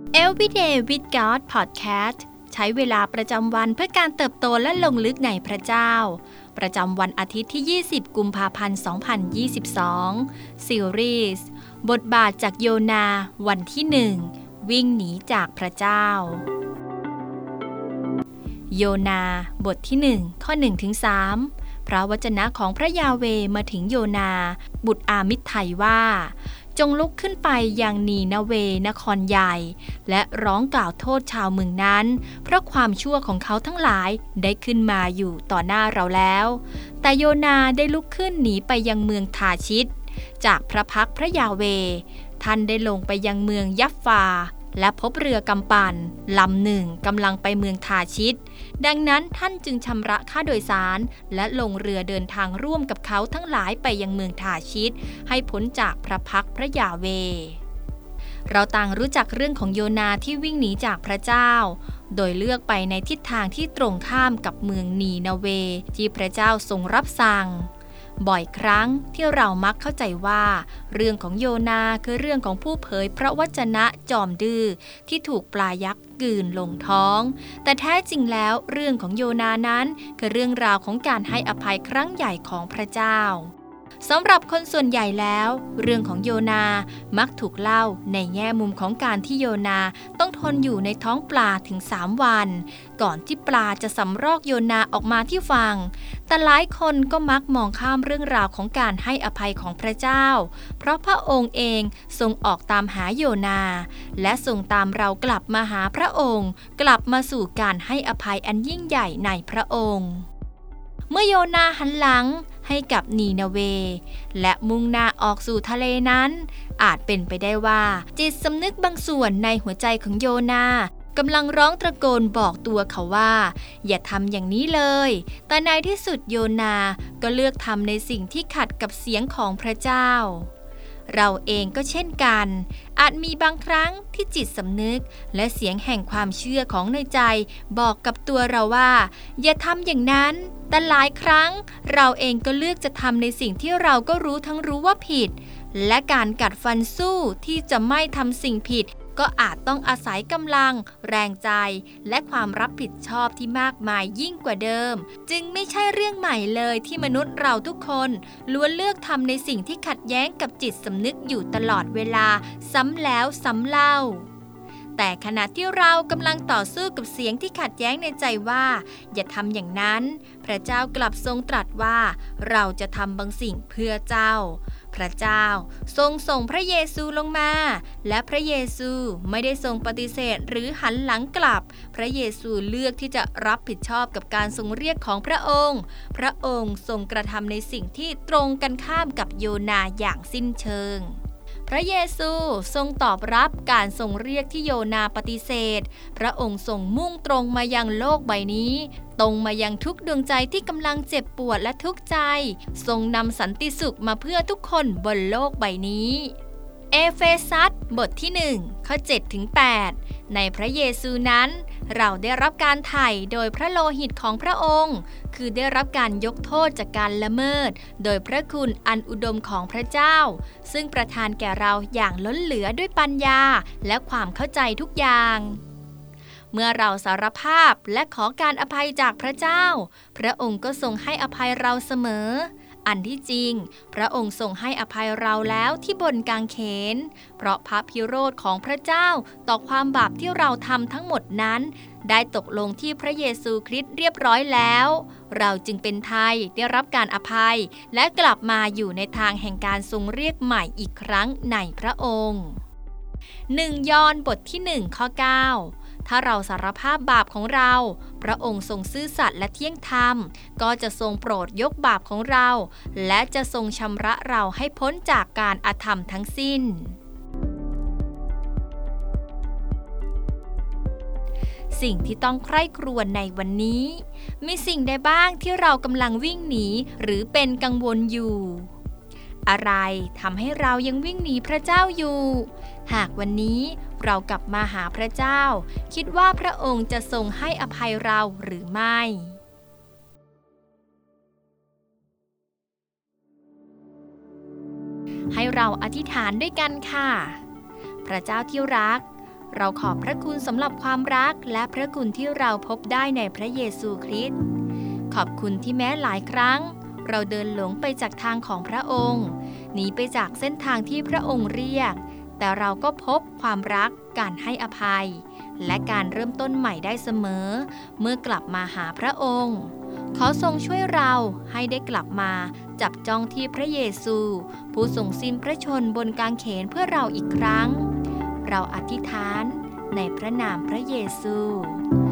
Everyday with God Podcast ใช้เวลาประจำวันเพื่อการเติบโตและลงลึกในพระเจ้าประจำวันอาทิตย์ที่ 20 กุมภาพันธ์ 2022 ซีรีส์บทบาทจากโยนาวันที่ 1 วิ่งหนีจากพระเจ้าโยนาบทที่ 1 ข้อ 1-3 พระวจนะของพระยาเวห์มาถึงโยนาบุตรอามิตไทว่าจงลุกขึ้นไปยังนีนาเวนครใหญ่และร้องกล่าวโทษชาวเมืองนั้นเพราะความชั่วของเขาทั้งหลายได้ขึ้นมาอยู่ต่อหน้าเราแล้วแต่โยนาได้ลุกขึ้นหนีไปยังเมืองทาชิตจากพระพักพระยาเวห์ท่านได้ลงไปยังเมืองยัฟฟาและพบเรือกำปั่นลำหนึ่งกำลังไปเมืองทาชิตดังนั้นท่านจึงชำระค่าโดยสารและลงเรือเดินทางร่วมกับเขาทั้งหลายไปยังเมืองทาชิตให้พ้นจากพระพักพระยาเวห์เราต่างรู้จักเรื่องของโยนาที่วิ่งหนีจากพระเจ้าโดยเลือกไปในทิศทางที่ตรงข้ามกับเมืองนีนาเวที่พระเจ้าทรงรับสั่งบ่อยครั้งที่เรามักเข้าใจว่าเรื่องของโยนาคือเรื่องของผู้เผยพระวจนะจอมดื้อที่ถูกปลายักษ์กลืนลงท้องแต่แท้จริงแล้วเรื่องของโยนานั้นคือเรื่องราวของการให้อภัยครั้งใหญ่ของพระเจ้าสำหรับคนส่วนใหญ่แล้วเรื่องของโยนามักถูกเล่าในแง่มุมของการที่โยนาต้องทนอยู่ในท้องปลาถึง3 วันก่อนที่ปลาจะสำรอกโยนาออกมาที่ฝั่งแต่หลายคนก็มักมองข้ามเรื่องราวของการให้อภัยของพระเจ้าเพราะพระองค์เองทรงออกตามหาโยนาและทรงตามเรากลับมาหาพระองค์กลับมาสู่การให้อภัยอันยิ่งใหญ่ในพระองค์เมื่อโยนาหันหลังให้กับนีนาเวและมุ่งหน้าออกสู่ทะเลนั้นอาจเป็นไปได้ว่าจิตสำนึกบางส่วนในหัวใจของโยนากำลังร้องตะโกนบอกตัวเขาว่าอย่าทำอย่างนี้เลยแต่ในที่สุดโยนาก็เลือกทำในสิ่งที่ขัดกับเสียงของพระเจ้าเราเองก็เช่นกันอาจมีบางครั้งที่จิตสำนึกและเสียงแห่งความเชื่อของในใจบอกกับตัวเราว่าอย่าทำอย่างนั้นแต่หลายครั้งเราเองก็เลือกจะทำในสิ่งที่เราก็รู้ทั้งรู้ว่าผิดและการกัดฟันสู้ที่จะไม่ทำสิ่งผิดก็อาจต้องอาศัยกำลังแรงใจและความรับผิดชอบที่มากมายยิ่งกว่าเดิมจึงไม่ใช่เรื่องใหม่เลยที่มนุษย์เราทุกคนล้วนเลือกทำในสิ่งที่ขัดแย้งกับจิตสำนึกอยู่ตลอดเวลาซ้ำแล้วซ้ำเล่าแต่ขณะที่เรากำลังต่อสู้กับเสียงที่ขัดแย้งในใจว่าอย่าทำอย่างนั้นพระเจ้ากลับทรงตรัสว่าเราจะทำบางสิ่งเพื่อเจ้าพระเจ้าทรงส่งพระเยซูลงมาและพระเยซูไม่ได้ทรงปฏิเสธหรือหันหลังกลับพระเยซูเลือกที่จะรับผิดชอบกับการทรงเรียกของพระองค์พระองค์ทรงกระทำในสิ่งที่ตรงกันข้ามกับโยนาอย่างสิ้นเชิงพระเยซูทรงตอบรับการทรงเรียกที่โยนาปฏิเสธพระองค์ทรงมุ่งตรงมายังโลกใบนี้ตรงมายังทุกดวงใจที่กำลังเจ็บปวดและทุกข์ใจทรงนำสันติสุขมาเพื่อทุกคนบนโลกใบนี้เอเฟซัสบทที่ 1 ข้อ 7-8 ในพระเยซูนั้นเราได้รับการไถ่โดยพระโลหิตของพระองค์คือได้รับการยกโทษจากการละเมิดโดยพระคุณอันอุดมของพระเจ้าซึ่งประทานแก่เราอย่างล้นเหลือด้วยปัญญาและความเข้าใจทุกอย่างเมื่อเราสารภาพและขอการอภัยจากพระเจ้าพระองค์ก็ทรงให้อภัยเราเสมออันที่จริงพระองค์ทรงให้อภัยเราแล้วที่บนกางเขนเพราะพระพิโรธของพระเจ้าต่อความบาปที่เราทำทั้งหมดนั้นได้ตกลงที่พระเยซูคริสต์เรียบร้อยแล้วเราจึงเป็นไทยได้รับการอภัยและกลับมาอยู่ในทางแห่งการทรงเรียกใหม่อีกครั้งในพระองค์1 ยอห์นบทที่ 1 ข้อ 9ถ้าเราสารภาพบาปของเราพระองค์ทรงซื่อสัตย์และเที่ยงธรรมก็จะทรงโปรดยกบาปของเราและจะทรงชำระเราให้พ้นจากการอธรรมทั้งสิ้นสิ่งที่ต้องใคร่ครวญในวันนี้มีสิ่งใดบ้างที่เรากำลังวิ่งหนีหรือเป็นกังวลอยู่อะไรทำให้เรายังวิ่งหนีพระเจ้าอยู่หากวันนี้เรากลับมาหาพระเจ้าคิดว่าพระองค์จะทรงให้อภัยเราหรือไม่ให้เราอธิษฐานด้วยกันค่ะพระเจ้าที่รักเราขอบพระคุณสำหรับความรักและพระคุณที่เราพบได้ในพระเยซูคริสต์ขอบคุณที่แม้หลายครั้งเราเดินหลงไปจากทางของพระองค์หนีไปจากเส้นทางที่พระองค์เรียกแต่เราก็พบความรักการให้อภัยและการเริ่มต้นใหม่ได้เสมอเมื่อกลับมาหาพระองค์ขอทรงช่วยเราให้ได้กลับมาจับจ้องที่พระเยซูผู้ทรงสิ้นพระชนม์บนกางเขนเพื่อเราอีกครั้งเราอธิษฐานในพระนามพระเยซู